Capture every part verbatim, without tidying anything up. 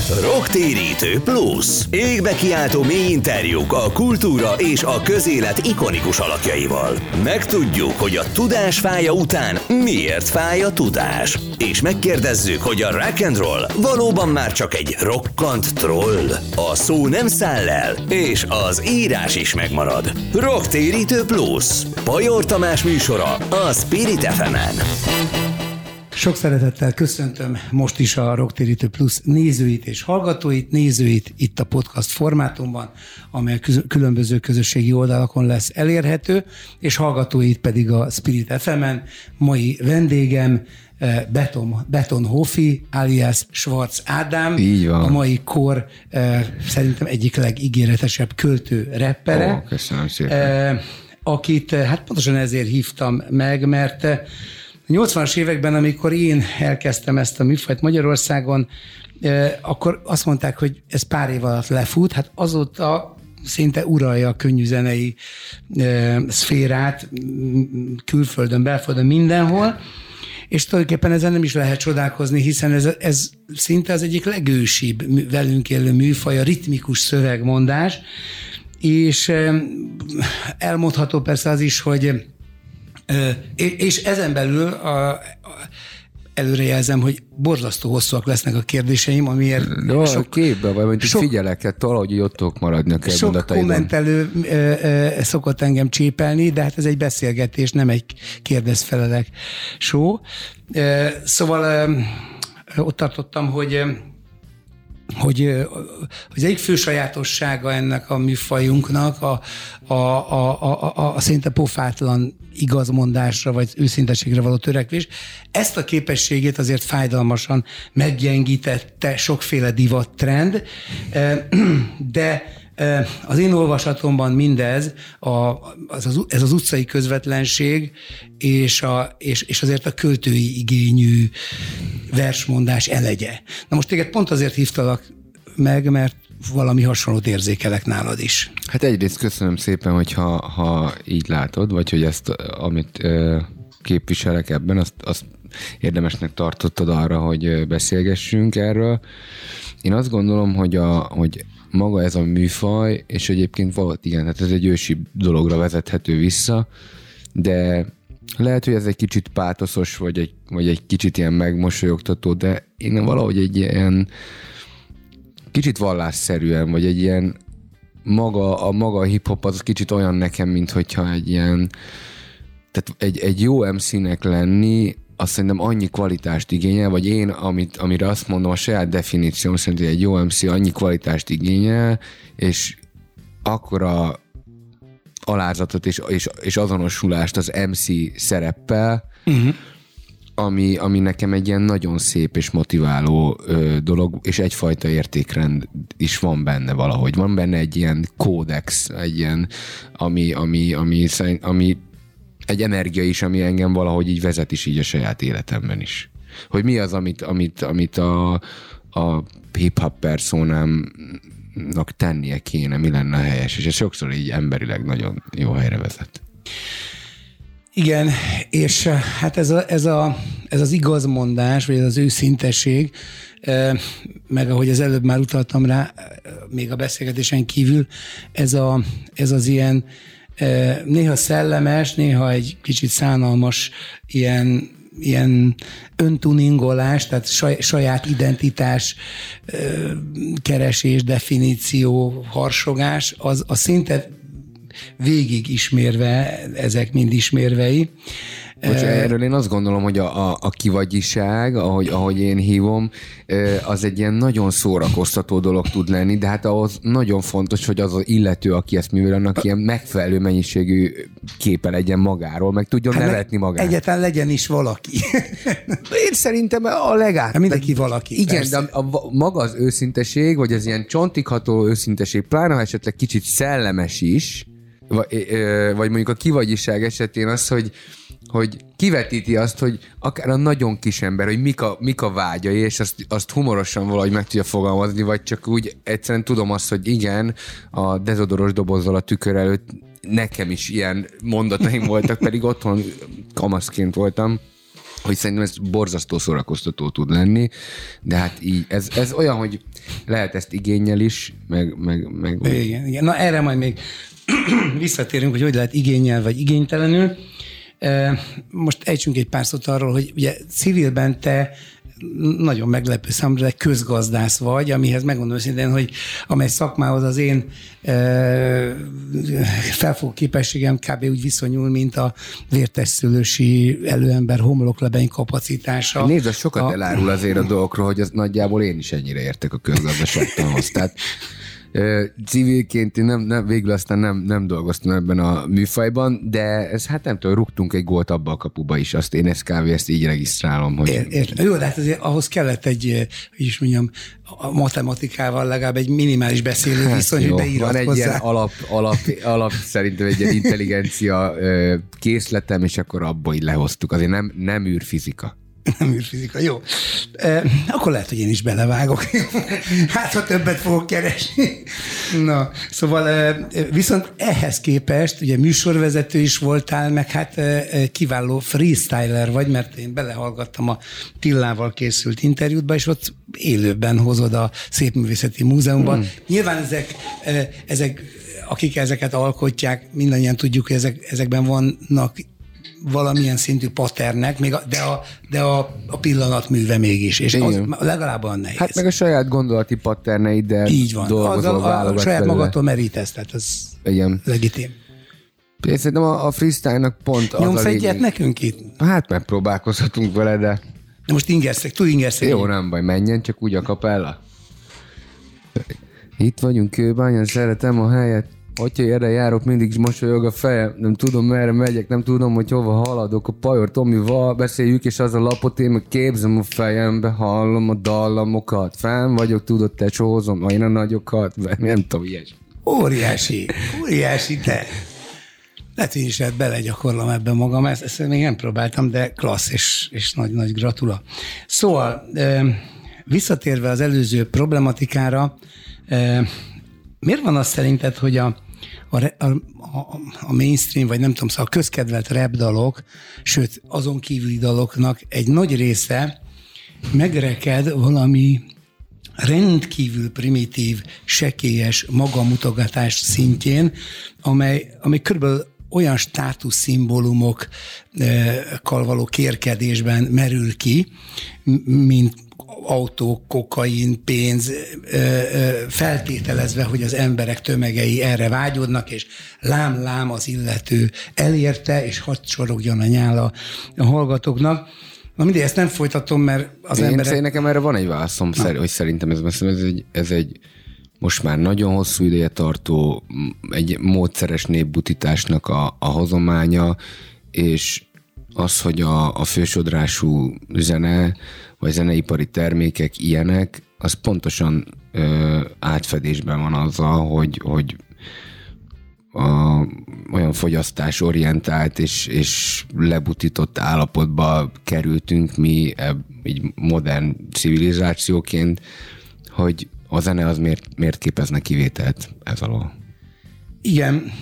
Rocktérítő Plus. Égbe kiáltó mély interjúk a kultúra és a közélet ikonikus alakjaival. Megtudjuk, hogy a tudás fája után miért fáj a tudás. És megkérdezzük, hogy a rock and roll valóban már csak egy rokkant troll. A szó nem száll el, és az írás is megmarad. Rocktérítő Plus. Pajor Tamás műsora a Spirit ef emen. Sok szeretettel köszöntöm most is a Rocktérítő Plus nézőit és hallgatóit, nézőit itt a podcast formátumban, amely különböző közösségi oldalakon lesz elérhető, és hallgatóit pedig a Spirit ef emen. Mai vendégem Beton, Beton Hofi, alias Schwarz Ádám, a mai kor eh, szerintem egyik legígéretesebb költő rappere. Ó, köszönöm szépen. Eh, akit hát pontosan ezért hívtam meg, mert a nyolcvanas években, amikor én elkezdtem ezt a műfajt Magyarországon, eh, akkor azt mondták, hogy ez pár év alatt lefut, hát azóta szinte uralja a könnyűzenei eh, szférát külföldön, belföldön, mindenhol, és tulajdonképpen ezen nem is lehet csodálkozni, hiszen ez, ez szinte az egyik legősibb velünk élő műfaj, a ritmikus szövegmondás, és elmondható persze az is, hogy és ezen belül a, a, előrejelzem, hogy borzasztó hosszúak lesznek a kérdéseim, amiért de sok, képbe vagy, mint sok, figyelek, valahogy ott tudok maradni a kell sok mondataidon. kommentelő ö, ö, szokott engem csépelni, de hát ez egy beszélgetés, nem egy kérdezfelelek show. Ö, szóval ö, ott tartottam, hogy hogy, hogy egyik fő sajátossága ennek a műfajunknak a, a, a, a, a, a szinte pofátlan igazmondásra vagy őszinteségre való törekvés. Ezt a képességét azért fájdalmasan meggyengítette sokféle divattrend, de az én olvasatomban mindez, a, az, az, ez az utcai közvetlenség és, a, és, és azért a költői igényű versmondás elegye. Na most téged pont azért hívtalak meg, mert valami hasonlót érzékelek nálad is. Hát egyrészt köszönöm szépen, hogyha ha így látod, vagy hogy ezt, amit ö, képviselek ebben, azt, azt érdemesnek tartottad arra, hogy beszélgessünk erről. Én azt gondolom, hogy, a, hogy maga ez a műfaj, és egyébként valót igen, hát ez egy ősi dologra vezethető vissza, de lehet, hogy ez egy kicsit pátoszos, vagy egy, vagy egy kicsit ilyen megmosolyogtató, de én valahogy egy ilyen kicsit vallásszerűen, vagy egy ilyen maga, a maga a hip-hop az kicsit olyan nekem, mint hogyha egy ilyen, tehát egy, egy jó em cé-nek lenni, azt szerintem annyi kvalitást igényel, vagy én, amit, amire azt mondom, a saját definícióm szerint, hogy egy jó em cé annyi kvalitást igényel, és akkora alázatot és, és, és azonosulást az em cé szereppel, uh-huh. ami, ami nekem egy ilyen nagyon szép és motiváló ö, dolog, és egyfajta értékrend is van benne valahogy. Van benne egy ilyen kódex, egy ilyen, ami, ami, ami, ami, ami egy energia is, ami engem valahogy így vezet is így a saját életemben is. Hogy mi az, amit, amit, amit a, a hip-hop personámnak tennie kéne, mi lenne a helyes, és ez sokszor így emberileg nagyon jó helyre vezet. Igen, és hát ez, a, ez, a, ez az igazmondás, vagy ez az őszintesség, meg ahogy az előbb már utaltam rá, még a beszélgetésen kívül, ez, a, ez az ilyen néha szellemes, néha egy kicsit szánalmas ilyen, ilyen öntuningolás, tehát saját identitás keresés, definíció, harsogás, az, az szinte végig ismérve, ezek mind ismérvei. Bocs, erről én azt gondolom, hogy a, a, a kivagyiság, ahogy, ahogy én hívom, az egy ilyen nagyon szórakoztató dolog tud lenni, de hát ahhoz nagyon fontos, hogy az az illető, aki ezt művel, annak ilyen megfelelő mennyiségű képe legyen magáról, meg tudjon hát nevetni magát. Egyáltalán legyen is valaki. Én szerintem a legát. Hát mindenki valaki. Igen, persze. de a, a, maga az őszinteség, vagy az ilyen csontigható őszinteség, pláne ha esetleg kicsit szellemes is, vagy, vagy mondjuk a kivagyiság esetén az, hogy hogy kivetíti azt, hogy akár a nagyon kis ember, hogy mik a, mik a vágyai, és azt, azt humorosan valahogy meg tudja fogalmazni, vagy csak úgy egyszerűen tudom azt, hogy igen, a dezodoros dobozzal a tükör előtt nekem is ilyen mondataim voltak, pedig otthon kamaszként voltam. hogy szerintem ez borzasztó szórakoztató tud lenni, de hát így, ez, ez olyan, hogy lehet ezt igénnyel is, meg... meg, meg igen, igen. Na erre majd még visszatérünk, hogy hogy lehet igénnyel vagy igénytelenül. Most ejtsünk egy pár szót arról, hogy ugye civilben te nagyon meglepő számomra, de közgazdász vagy, amihez megmondom őszintén, hogy amely szakmához az én e, felfogó képességem kb. Úgy viszonyul, mint a vértesszülősi előember homloklebeny kapacitása. Nézd, az sokat a... elárul azért a dolgokról, hogy az nagyjából én is ennyire értek a közgazdaságtanhoz. Tehát civilként én nem, nem, végül aztán nem, nem dolgoztam ebben a műfajban, de ez hát nem tudom, rúgtunk egy gólt abba a kapuba is, azt én ezt kávé, ezt így regisztrálom. Hogy... Ér, ér, jó, de hát azért ahhoz kellett egy, hogy is mondjam, a matematikával legalább egy minimális beszélő hát viszony, hogy beírat van egy hozzá. ilyen alap, alap, alap szerintem egy ilyen intelligencia készletem, és akkor abból így lehoztuk. Azért nem, nem űrfizika. Nem űrfizika, jó. E, akkor lehet, hogy én is belevágok. Hát, ha többet fogok keresni. Na, szóval e, viszont ehhez képest, ugye műsorvezető is voltál, meg hát e, kiváló freestyler vagy, mert én belehallgattam a Tillával készült interjútba, és ott élőben hozod a Szépművészeti Múzeumban. Hmm. Nyilván ezek, e, ezek, akik ezeket alkotják, mindannyian tudjuk, hogy ezek, ezekben vannak valamilyen szintű paternek, még a, de, a, de a, a pillanatműve mégis, és az legalább olyan nehéz. Hát meg a saját gondolati paterneiddel így van. dolgozol, a, a saját belőle. Magadtól merítesz, tehát ez igen. Legitim. Én szerintem a, a freestyle-nak pont az Nyomsz a egyet lényeg. Nekünk itt? Hát megpróbálkozhatunk vele, de... De most ingerszeg, túl ingerszeg. Jó, nem baj, menjen, csak úgy a kapella. Itt vagyunk Kőbányán, szeretem a helyet. Hogyha erre járok, mindig is mosolyog a fejem, nem tudom merre megyek, nem tudom, hogy hova haladok, a Pajor Tomival beszéljük, és az a lapot én meg képzem a fejembe, hallom a dallamokat, fenn vagyok, tudod, te csózom, én a nagyokat, nem tudom, ilyesmi. Óriási, óriási te. Lehet, hogy is lehet belegyakorlom ebben magam, ezt, ezt még nem próbáltam, de klassz, és, és nagy-nagy gratula. Szóval, visszatérve az előző problematikára, miért van az szerinted, hogy a, a, a, a mainstream, vagy nem tudom, szóval a közkedvelt rap dalok, sőt azon kívüli daloknak egy nagy része megreked valami rendkívül primitív, sekélyes magamutogatás szintjén, amely, amely körülbelül olyan státuszszimbólumokkal való kérkedésben merül ki, mint autó, kokain, pénz, feltételezve, hogy az emberek tömegei erre vágyódnak, és lám-lám az illető elérte, és hadd sorogjon a nyála a hallgatóknak. Na mindegy, ezt nem folytatom, mert az Én emberek... Én nekem erre van egy válaszom, Na. hogy szerintem ez, ez, egy, ez egy most már nagyon hosszú ideje tartó, egy módszeres népbutításnak a, a hozománya, és az, hogy a, a fősodrású zene, vagy zeneipari termékek ilyenek, az pontosan ö, átfedésben van azzal, hogy, hogy a, olyan fogyasztásorientált és, és lebutított állapotba kerültünk mi ebb, így modern civilizációként, hogy a zene az miért, miért képezne kivételt ez alól. Igen,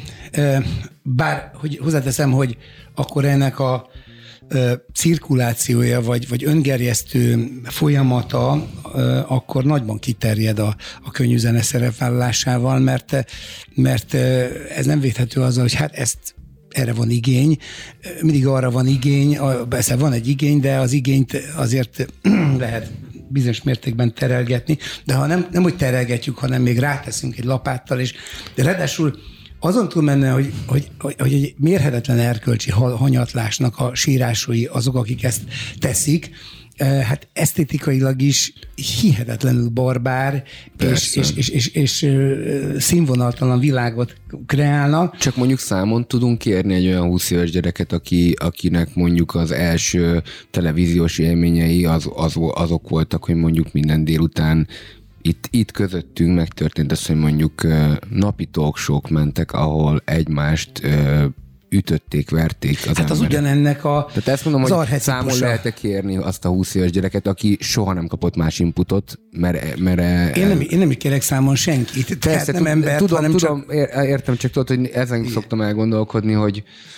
bár hogy hozzáteszem, hogy akkor ennek a cirkulációja, vagy, vagy öngerjesztő folyamata akkor nagyban kiterjed a, a könnyű zene szerepvállalásával, mert, mert ez nem védhető azzal, hogy hát ezt erre van igény, mindig arra van igény, persze van egy igény, de az igényt azért lehet bizonyos mértékben terelgetni, de ha nem, nem úgy terelgetjük, hanem még ráteszünk egy lapáttal, és de ráadásul azon túl menne, hogy, hogy, hogy, hogy egy mérhetetlen erkölcsi hanyatlásnak a sírásai azok, akik ezt teszik, hát esztétikailag is hihetetlenül barbár, és, és, és, és, és színvonaltalan világot kreálnak. Csak mondjuk számon tudunk kérni egy olyan húsz éves gyereket, aki, akinek mondjuk az első televíziós élményei az, az, azok voltak, hogy mondjuk minden délután Itt, itt közöttünk megtörtént az, hogy mondjuk napi talkshowk mentek, ahol egymást ö, ütötték, verték az hát emberek. Az ugyanennek a Tehát ezt mondom, hogy számon lehet kérni azt a húsz éves gyereket, aki soha nem kapott más inputot, mert... mert én, nem, én nem kérek számon senkit, tehát nem embert, tudom, hanem tudom, csak... értem, csak tudod, hogy ezen szoktam elgondolkodni, hogy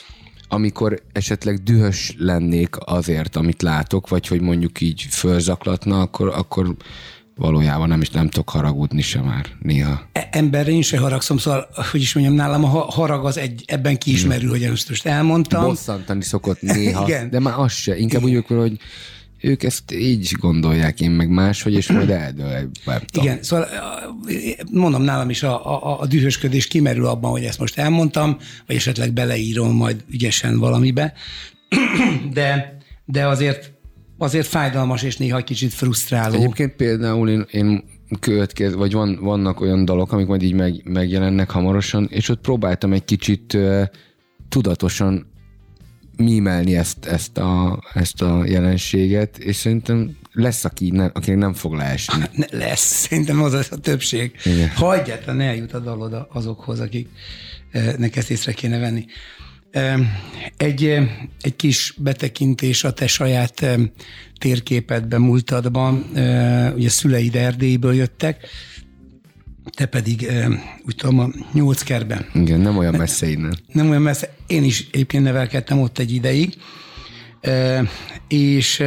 amikor esetleg dühös lennék azért, amit látok, vagy hogy mondjuk így fölzaklatna, akkor, akkor valójában nem is nem tudok haragudni sem már néha. Emberre én se haragszom, szóval, hogy is mondjam, nálam a harag az egy, ebben kiismerül, hmm. hogy ezt most elmondtam. Bosszantani szokott néha, Igen. De már az se. Inkább úgy, hogy ők ezt így gondolják, én meg máshogy, és majd eldől. Igen, szóval mondom, nálam is a, a, a dühösködés kimerül abban, hogy ezt most elmondtam, vagy esetleg beleírom majd ügyesen valamibe, de, de azért azért fájdalmas és néha kicsit frusztráló. Egyébként például én, én következ, vagy van, vannak olyan dalok, amik majd így meg, megjelennek hamarosan, és ott próbáltam egy kicsit uh, tudatosan mímelni ezt, ezt, a, ezt a jelenséget, és szerintem lesz, aki nem, akinek nem fog leesni. Ne, lesz, szerintem az a többség. Ha egyáltalán eljut a dalod azokhoz, akiknek ezt észre kéne venni. Egy, egy kis betekintés a te saját térképedbe, múltadban. Ugye szüleid Erdélyből jöttek, te pedig úgy tudom a Nyolckerben. Igen, nem olyan messze innen. Nem olyan messze. Én is egyébként nevelkedtem ott egy ideig, és,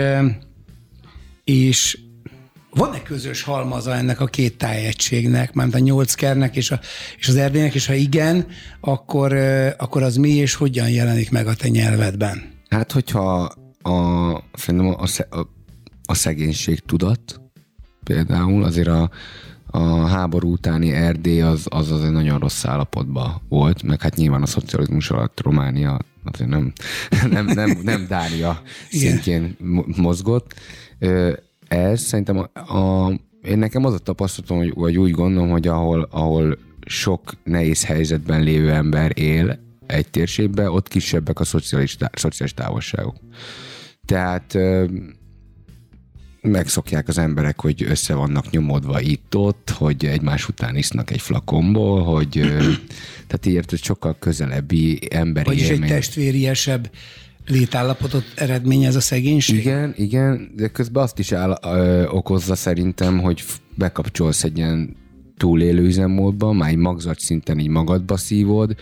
és van-e közös halmaza ennek a két tájegységnek, mármint a Nyolckernek és, a, és az Erdélynek, és ha igen, akkor, akkor az mi és hogyan jelenik meg a te nyelvedben? Hát, hogyha a, szerintem a, a, a szegénység tudat például, azért a, a háború utáni Erdély az, az az egy nagyon rossz állapotban volt, meg hát nyilván a szocializmus alatt Románia azért nem, nem, nem, nem Dánia szintjén mozgott. Ez szerintem a, a, én nekem az a tapasztalatom, hogy, vagy úgy gondolom, hogy ahol, ahol sok nehéz helyzetben lévő ember él egy térségben, ott kisebbek a szociális, szociális távolságok. Tehát ö, megszokják az emberek, hogy össze vannak nyomodva itt-ott, hogy egymás után isznak egy flakonból, hogy ö, tehát így érted, sokkal közelebbi emberi Vagyis élmény. egy testvériesebb létállapotot eredményez a szegénység? Igen, igen, de közben azt is áll, ö, okozza szerintem, hogy bekapcsolsz egy ilyen túlélő üzemmódba, már egy magzat szinten így magadba szívod,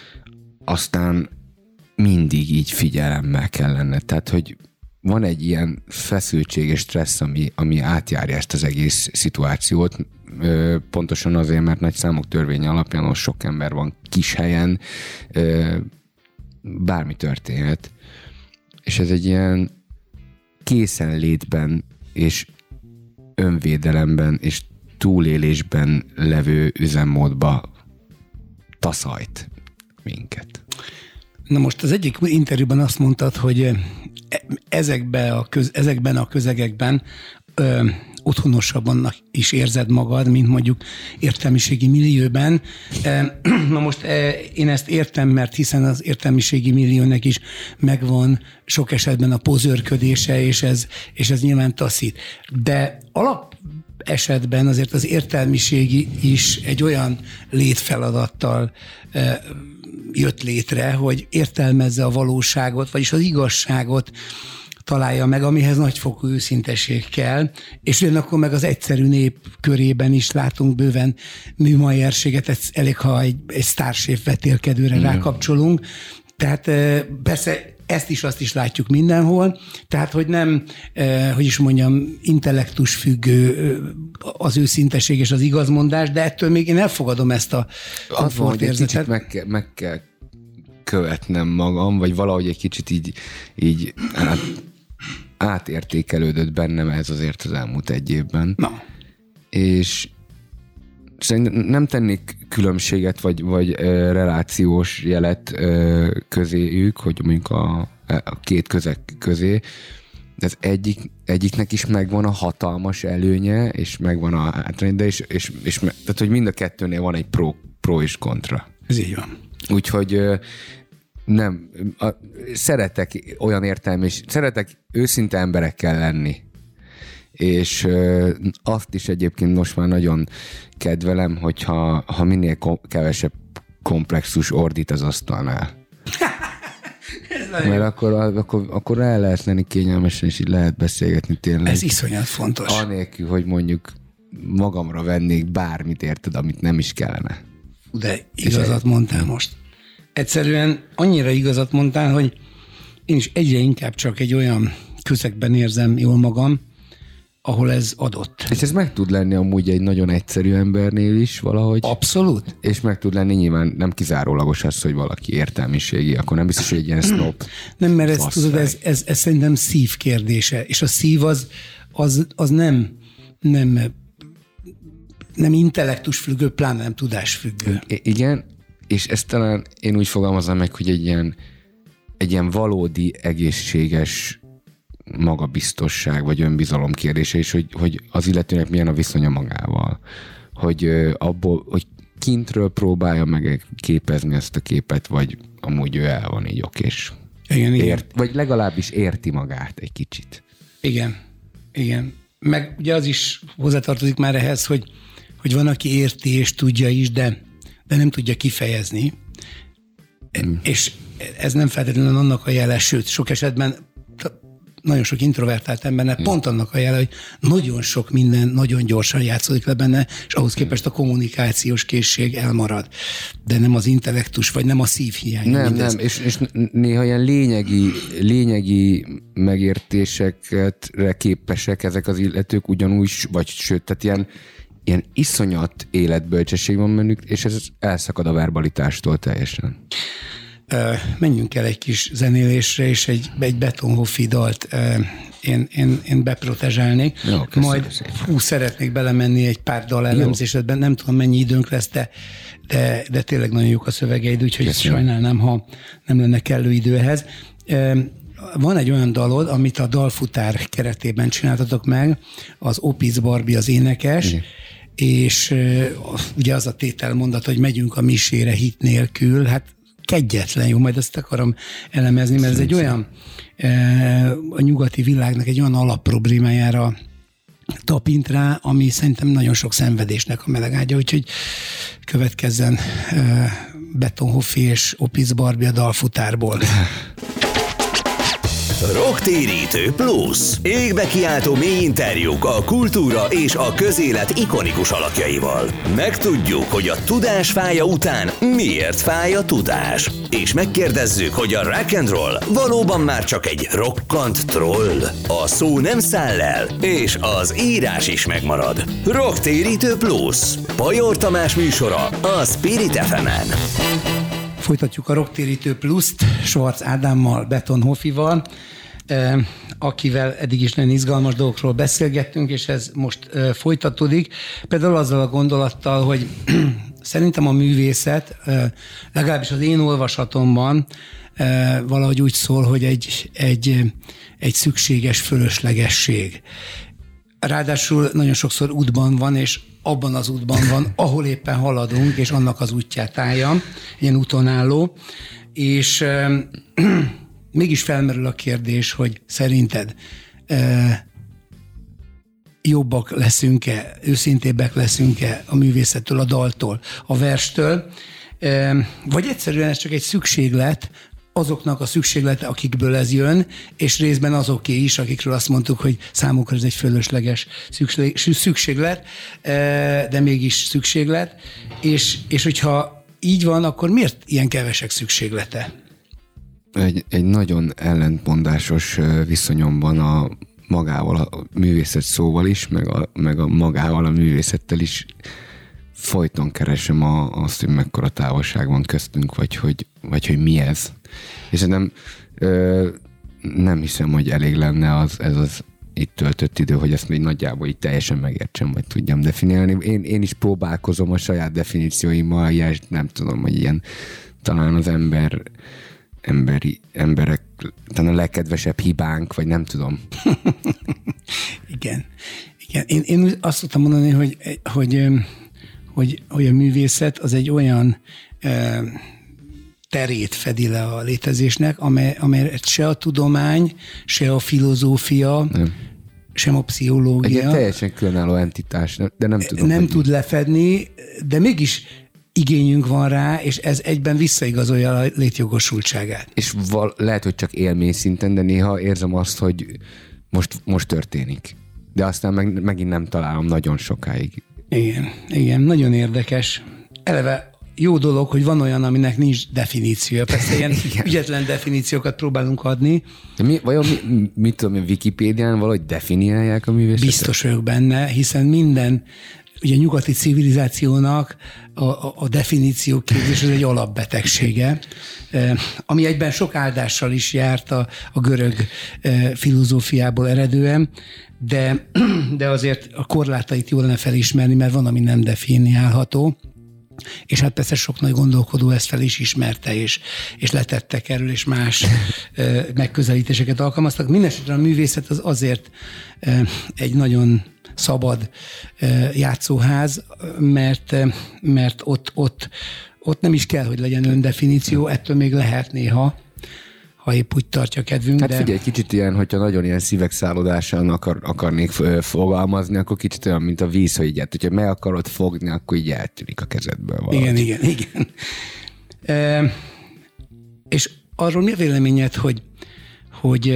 aztán mindig így figyelemmel kell lenned. Tehát, hogy van egy ilyen feszültség és stressz, ami, ami átjárja ezt az egész szituációt, ö, pontosan azért, mert nagy számok törvénye alapján ott sok ember van kis helyen, ö, bármi történhet. És ez egy ilyen készenlétben és önvédelemben és túlélésben levő üzemmódba taszajt minket. Na most az egyik interjúban azt mondtad, hogy ezekben a, köz, ezekben a közegekben ö, otthonosabban is érzed magad, mint mondjuk értelmiségi millióben. Na most én ezt értem, mert hiszen az értelmiségi milliónek is megvan sok esetben a pozőrködése, és ez, és ez nyilván taszít. De alap esetben azért az értelmiségi is egy olyan létfeladattal jött létre, hogy értelmezze a valóságot, vagyis az igazságot találja meg, amihez nagyfokú őszintesség kell, és ugyanakkor meg az egyszerű nép körében is látunk bőven műmajerséget, elég, ha egy, egy sztárséf vetélkedőre mm. rákapcsolunk. Tehát persze ezt is, azt is látjuk mindenhol, tehát hogy nem, hogy is mondjam, intellektus függő az őszintesség és az igazmondás, de ettől még én elfogadom ezt a komfortérzetet. Meg kell, meg kell követnem magam, vagy valahogy egy kicsit így, így át, átértékelődött bennem ez azért az elmúlt egy évben. Na. És szerintem nem tennék különbséget, vagy, vagy uh, relációs jelet uh, közéjük, hogy mondjuk a, a két közeg közé, de az egyik, egyiknek is megvan a hatalmas előnye, és megvan a hátrány, de és, és, és, tehát, hogy mind a kettőnél van egy pro, pro és kontra. Ez így van. Úgyhogy uh, nem, a, szeretek olyan értelmi, és szeretek őszinte emberekkel lenni. És ö, azt is egyébként most már nagyon kedvelem, hogyha ha minél kom- kevesebb komplexus ordít az asztalnál. Mert akkor, akkor, akkor el lehet lenni kényelmesen, és így lehet beszélgetni tényleg. Ez iszonyat fontos. Anélkül, hogy mondjuk magamra vennék bármit, érted, amit nem is kellene. De igazat mondtál most. Egyszerűen annyira igazat mondtál, hogy én is egyre inkább csak egy olyan közegben érzem jól magam, ahol ez adott. És ez meg tud lenni amúgy egy nagyon egyszerű embernél is valahogy. Abszolút. És meg tud lenni nyilván nem kizárólagos az, hogy valaki értelmiségi, akkor nem biztos, hogy egy ilyen snob. Nem, mert ez, tudod, ez, ez, ez szerintem szív kérdése, és a szív az, az, az nem, nem, nem intellektus függő, pláne nem tudás függő. I- igen, és ezt talán én úgy fogalmazom meg, hogy egy ilyen, egy ilyen valódi, egészséges magabiztosság vagy önbizalom kérdése is, hogy, hogy az illetőnek milyen a viszonya magával. Hogy abból, hogy kintről próbálja meg képezni ezt a képet, vagy amúgy ő el van így okés. Igen, igen. Ért, vagy legalábbis érti magát egy kicsit. Igen, igen. Meg ugye az is hozzátartozik már ehhez, hogy, hogy van, aki érti és tudja is, de, de nem tudja kifejezni. Mm. És ez nem feltétlenül annak a jele, sőt, sok esetben nagyon sok introvertált embernek mm. pont annak a jele, hogy nagyon sok minden nagyon gyorsan játszódik le benne, és ahhoz képest a kommunikációs készség elmarad. De nem az intellektus, vagy nem a szívhiány. Nem, mindez. nem, és, és néha ilyen lényegi, lényegi megértésekre képesek ezek az illetők ugyanúgy, vagy sőt, tehát ilyen, ilyen iszonyat életbölcsesség van bennük, és ez elszakad a verbalitástól teljesen. Menjünk el egy kis zenélésre, és egy, egy Beethoven dalt én, én, én beprotezsálnék. Jó, majd hú, szeretnék belemenni egy pár dal elemzésedben, nem tudom mennyi időnk lesz, de, de, de tényleg nagyon jók a szövegeid, úgyhogy köszönöm. Sajnálnám, ha nem lenne kellő idő ehhez. Van egy olyan dalod, amit a Dalfutár keretében csináltatok meg, az Opitz Barbie az énekes, igen. És ugye az a tételmondat, hogy megyünk a misére hit nélkül, hát kegyetlen jó, majd ezt akarom elemezni, mert ez egy olyan a nyugati világnak egy olyan alapproblémájára tapint rá, ami szerintem nagyon sok szenvedésnek a melegágya, úgyhogy következzen Beethoven és Opitz Barbie a Dalfutárból. Rocktérítő Plusz. Égbe kiáltó mély interjúk a kultúra és a közélet ikonikus alakjaival. Megtudjuk, hogy a tudás fája után miért fáj a tudás. És megkérdezzük, hogy a rock and roll valóban már csak egy rokkant troll. A szó nem száll el, és az írás is megmarad. Rocktérítő Plusz. Pajor Tamás műsora a Spirit ef emen. Folytatjuk a Rocktérítő Pluszt Schwarz Ádámmal, Beethoven-Hofival, akivel eddig is nagyon izgalmas dolgokról beszélgettünk, és ez most folytatódik. Például azzal a gondolattal, hogy szerintem a művészet, legalábbis az én olvasatomban valahogy úgy szól, hogy egy, egy, egy szükséges fölöslegesség. Ráadásul nagyon sokszor útban van, és abban az útban van, ahol éppen haladunk, és annak az útját állja, ilyen úton álló, és euh, mégis felmerül a kérdés, hogy szerinted euh, jobbak leszünk-e, őszintébbek leszünk-e a művészettől, a daltól, a verstől, euh, vagy egyszerűen ez csak egy szükséglet, azoknak a szükséglete, akikből ez jön, és részben azoké is, akikről azt mondtuk, hogy számukra ez egy fölösleges szükséglet, de mégis szükséglet, és, és hogyha így van, akkor miért ilyen kevesek szükséglete? Egy, egy nagyon ellentmondásos viszonyom van a magával, a művészet szóval is, meg a, meg a magával, a művészettel is. Folyton keresem a, azt, hogy mekkora távolság van köztünk, vagy hogy, vagy hogy mi ez. És nem, ö, nem hiszem, hogy elég lenne az, ez az itt töltött idő, hogy ezt még nagyjából így teljesen megértsem, vagy tudjam definiálni. Én, én is próbálkozom a saját definícióimmal, ilyen, nem tudom, hogy ilyen talán az ember, emberi, emberek, talán a legkedvesebb hibánk, vagy nem tudom. Igen. Igen. Én, én azt tudtam mondani, hogy, hogy Hogy, hogy a művészet az egy olyan e, terét fedi le a létezésnek, amely, amely se a tudomány, se a filozófia, nem. sem a pszichológia. Egy teljesen különálló entitás, de nem tudom. Nem tud mi. lefedni, de mégis igényünk van rá, és ez egyben visszaigazolja a létjogosultságát. És val- lehet, hogy csak élmény szinten, de néha érzem azt, hogy most, most történik. De aztán meg, megint nem találom nagyon sokáig. Igen, igen, nagyon érdekes. Eleve jó dolog, hogy van olyan, aminek nincs definíciója. Persze ilyen ügyetlen definíciókat próbálunk adni. De mi, vajon mi, mit tudom, Wikipédián valahogy definiálják a művészetet? Biztos vagyok benne, hiszen minden, ugye a nyugati civilizációnak a, a, a definícióképzés az egy alapbetegsége, ami egyben sok áldással is járt a, a görög filozófiából eredően, de, de azért a korlátait jól lenne felismerni, mert van, ami nem definiálható. És hát persze sok nagy gondolkodó ezt fel is ismerte, és, és letettek erről, és más e, megközelítéseket alkalmaztak. Mindenesetre a művészet az azért e, egy nagyon szabad e, játszóház, mert, e, mert ott, ott, ott nem is kell, hogy legyen öndefiníció, ettől még lehet néha, ha épp úgy tartja kedvünk. Hát de... figyelj, kicsit ilyen, hogyha nagyon ilyen szívegszállodással akar, akarnék fogalmazni, akkor kicsit olyan, mint a víz, hogy így, hát, hogyha meg akarod fogni, akkor így eltűnik a kezedből valahogy. Igen, igen, igen. E, és arról mi a véleményed, hogy, hogy,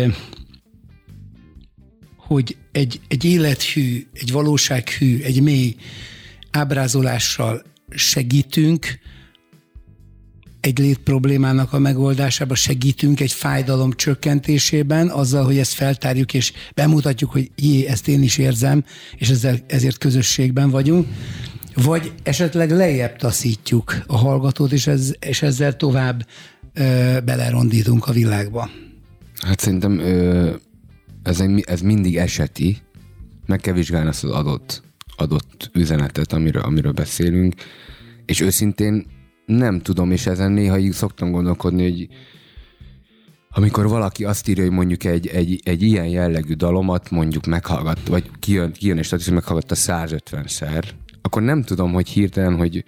hogy egy, egy élethű, egy valósághű, egy mély ábrázolással segítünk egy létproblémának a megoldásába, segítünk egy fájdalom csökkentésében, azzal, hogy ezt feltárjuk és bemutatjuk, hogy jé, ezt én is érzem, és ezzel, ezért közösségben vagyunk, vagy esetleg lejjebb taszítjuk a hallgatót, és, ez, és ezzel tovább ö, belerondítunk a világba. Hát szerintem ö, ez, egy, ez mindig eseti, meg kell vizsgálni azt az adott, adott üzenetet, amiről, amiről beszélünk, és őszintén nem tudom, és ezen néha így szoktam gondolkodni, hogy amikor valaki azt írja, hogy mondjuk egy, egy, egy ilyen jellegű dalomat mondjuk meghallgat, vagy kijön, kijön és tehát meghallgatta százötvenszer, akkor nem tudom, hogy hirtelen, hogy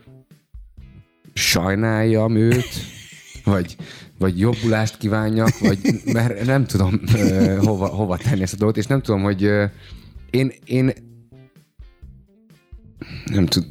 sajnáljam őt, vagy, vagy jobbulást kívánjak, vagy mert nem tudom uh, hova, hova tenni ezt a dolgot, és nem tudom, hogy uh, én, én nem tudom,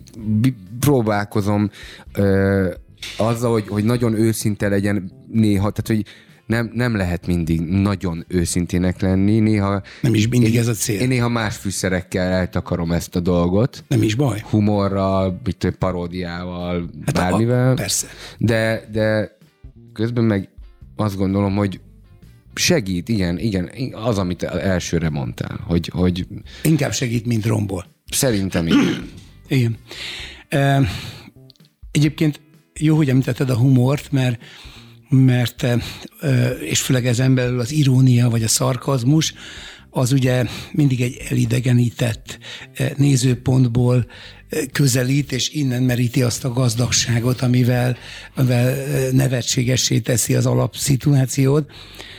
próbálkozom uh, azzal, hogy, hogy nagyon őszinte legyen néha, tehát hogy nem, nem lehet mindig nagyon őszintének lenni, néha... Nem is mindig én, ez a cél. Én néha más fűszerekkel eltakarom ezt a dolgot. Nem is baj. Humorral, mit, paródiával, hát bármivel. A, persze. De, de közben meg azt gondolom, hogy segít, igen, igen, az, amit elsőre mondtál, hogy... hogy inkább segít, mint rombol. Szerintem igen. Igen. E, egyébként jó, hogy említetted a humort, mert, mert e, és főleg ezen belül az irónia vagy a szarkazmus, az ugye mindig egy elidegenített nézőpontból közelít, és innen meríti azt a gazdagságot, amivel, amivel nevetségessé teszi az alapszituációt.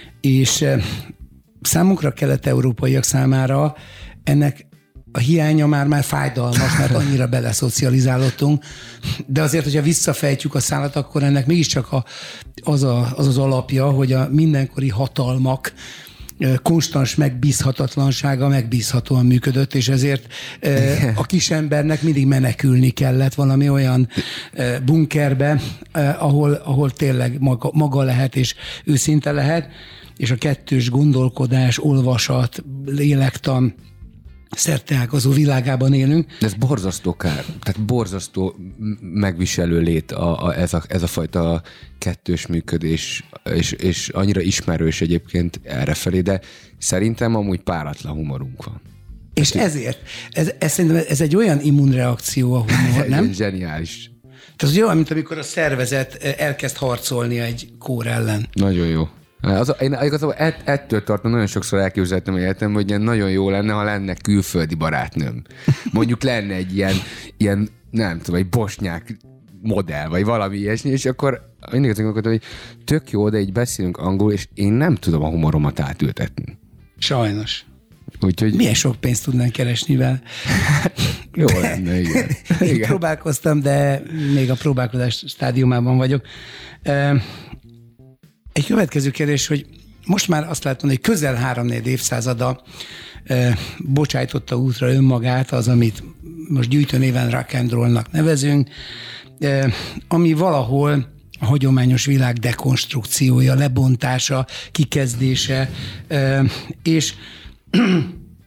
És számunkra, kelet-európaiak számára ennek a hiánya már, már fájdalmas, mert annyira beleszocializálódtunk, de azért, hogyha visszafejtjük a szálat, akkor ennek mégiscsak a, az, a, az az alapja, hogy a mindenkori hatalmak konstans megbízhatatlansága megbízhatóan működött, és ezért a kisembernek mindig menekülni kellett valami olyan bunkerbe, ahol, ahol tényleg maga, maga lehet, és őszinte lehet, és a kettős gondolkodás, olvasat, lélektan, szerteágazó világában élünk. De ez borzasztó kár, tehát borzasztó megviselő lét a, a, ez, a, ez a fajta kettős működés, és, és annyira ismerős egyébként errefelé, de szerintem amúgy páratlan humorunk van. És hát, ezért, ez, ez szerintem ez egy olyan immunreakció a humor, nem? Zseniális. Tehát olyan, mint amikor a szervezet elkezd harcolni egy kór ellen. Nagyon jó. Az, én igazából ett, ettől tartom, nagyon sokszor elképzeltem életem, hogy ilyen nagyon jó lenne, ha lenne külföldi barátnőm. Mondjuk lenne egy ilyen, ilyen nem tudom, egy bosnyák modell, vagy valami ilyesmi, és akkor mindig azt gondolkodom, hogy tök jó, de így beszélünk angolul, és én nem tudom a humoromat átültetni. Sajnos. Úgyhogy... Milyen sok pénzt tudnánk keresni vele. Jó lenne, igen. Én igen. próbálkoztam, de még a próbálkozás stádiumában vagyok. Egy következő kérdés, hogy most már azt lehet mondani, hogy közel három-négy évszázada e, bocsájtotta útra önmagát az, amit most gyűjtőnéven rock and rollnak nevezünk, e, ami valahol a hagyományos világ dekonstrukciója, lebontása, kikezdése, e, és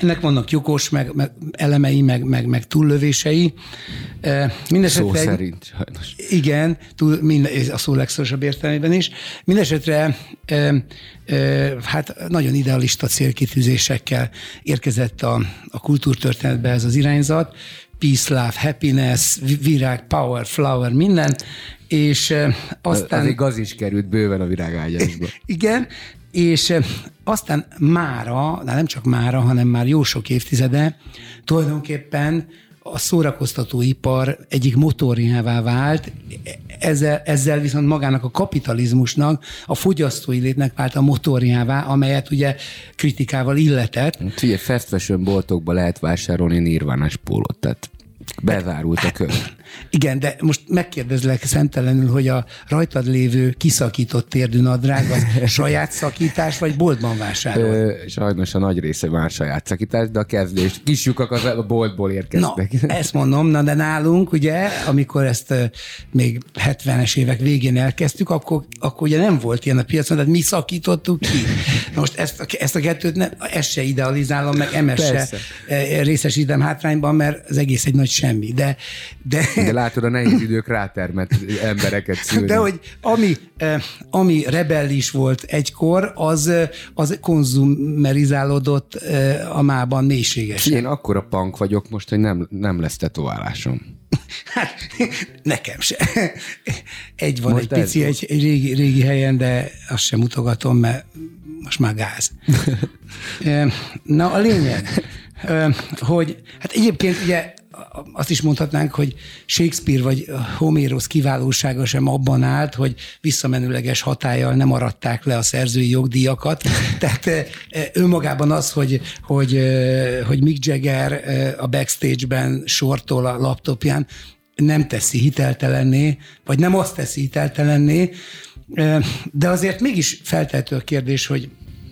Ennek vannak jogos meg, meg elemei, meg, meg, meg túllövései. Mindenesetre, szó szerint, sajnos. Igen, túl, minden, a szó legszorosabb értelmében is. Mindenesetre e, e, hát nagyon idealista célkitűzésekkel érkezett a, a kultúrtörténetbe ez az irányzat. Peace, love, happiness, virág, power, flower, minden. És aztán... Azért gaz is került bőven a virágágyásba. Igen, és aztán mára, de nem csak mára, hanem már jó sok évtizede tulajdonképpen a szórakoztatóipar egyik motorjává vált, ezzel, ezzel viszont magának a kapitalizmusnak, a fogyasztói létnek vált a motorjává, amelyet ugye kritikával illetett. Ugye fast fashion boltokban lehet vásárolni nirvánás pólót, tehát bezárult a kör. Igen, de most megkérdezlek szemtelenül, hogy a rajtad lévő kiszakított térdű nadrág az saját szakítás, vagy boltban vásárol? Sajnos a nagy része már saját szakítás, de a kezdés kis lyukak az a boltból érkeztek. Na, ezt mondom, na de nálunk ugye, amikor ezt még hetvenes évek végén elkezdtük, akkor, akkor ugye nem volt ilyen a piacon, tehát mi szakítottuk ki. Na most ezt, a, ezt a kettőt ne, ezt se idealizálom, meg emes se részesítem hátrányban, mert az egész egy nagy semmi. De, de De látod, a nehéz idők rátermett embereket szülni. De hogy ami, ami rebellis volt egykor, az, az konzumerizálódott a mában mélységesen. Én akkora punk vagyok most, hogy nem, nem lesz tetoválásom. Hát nekem se. Egy van, most egy pici, egy, egy régi, régi helyen, de azt sem mutogatom, mert most már gáz. Na a lényeg, hogy hát egyébként ugye azt is mondhatnánk, hogy Shakespeare vagy Homérosz kiválósága sem abban állt, hogy visszamenőleges hatállyal nem aratták le a szerzői jogdíjakat. Tehát önmagában az, hogy, hogy, hogy Mick Jagger a backstage-ben sortol a laptopján, nem teszi hiteltelenné, vagy nem azt teszi hiteltelenné, de azért mégis feltehető a kérdés, hogy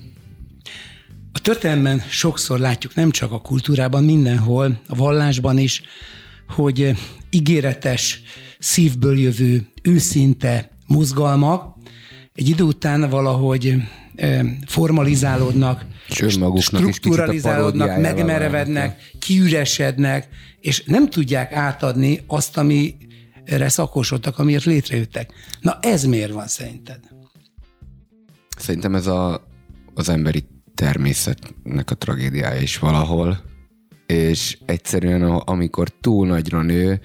a történelemben sokszor látjuk, nem csak a kultúrában, mindenhol, a vallásban is, hogy ígéretes, szívből jövő, őszinte mozgalmak egy idő után valahogy formalizálódnak, strukturalizálódnak, megmerevednek, kiüresednek, és nem tudják átadni azt, amire szakosodtak, amiért létrejöttek. Na ez miért van szerinted? Szerintem ez a, az emberi természetnek a tragédiája is valahol, és egyszerűen amikor túl nagyra nő,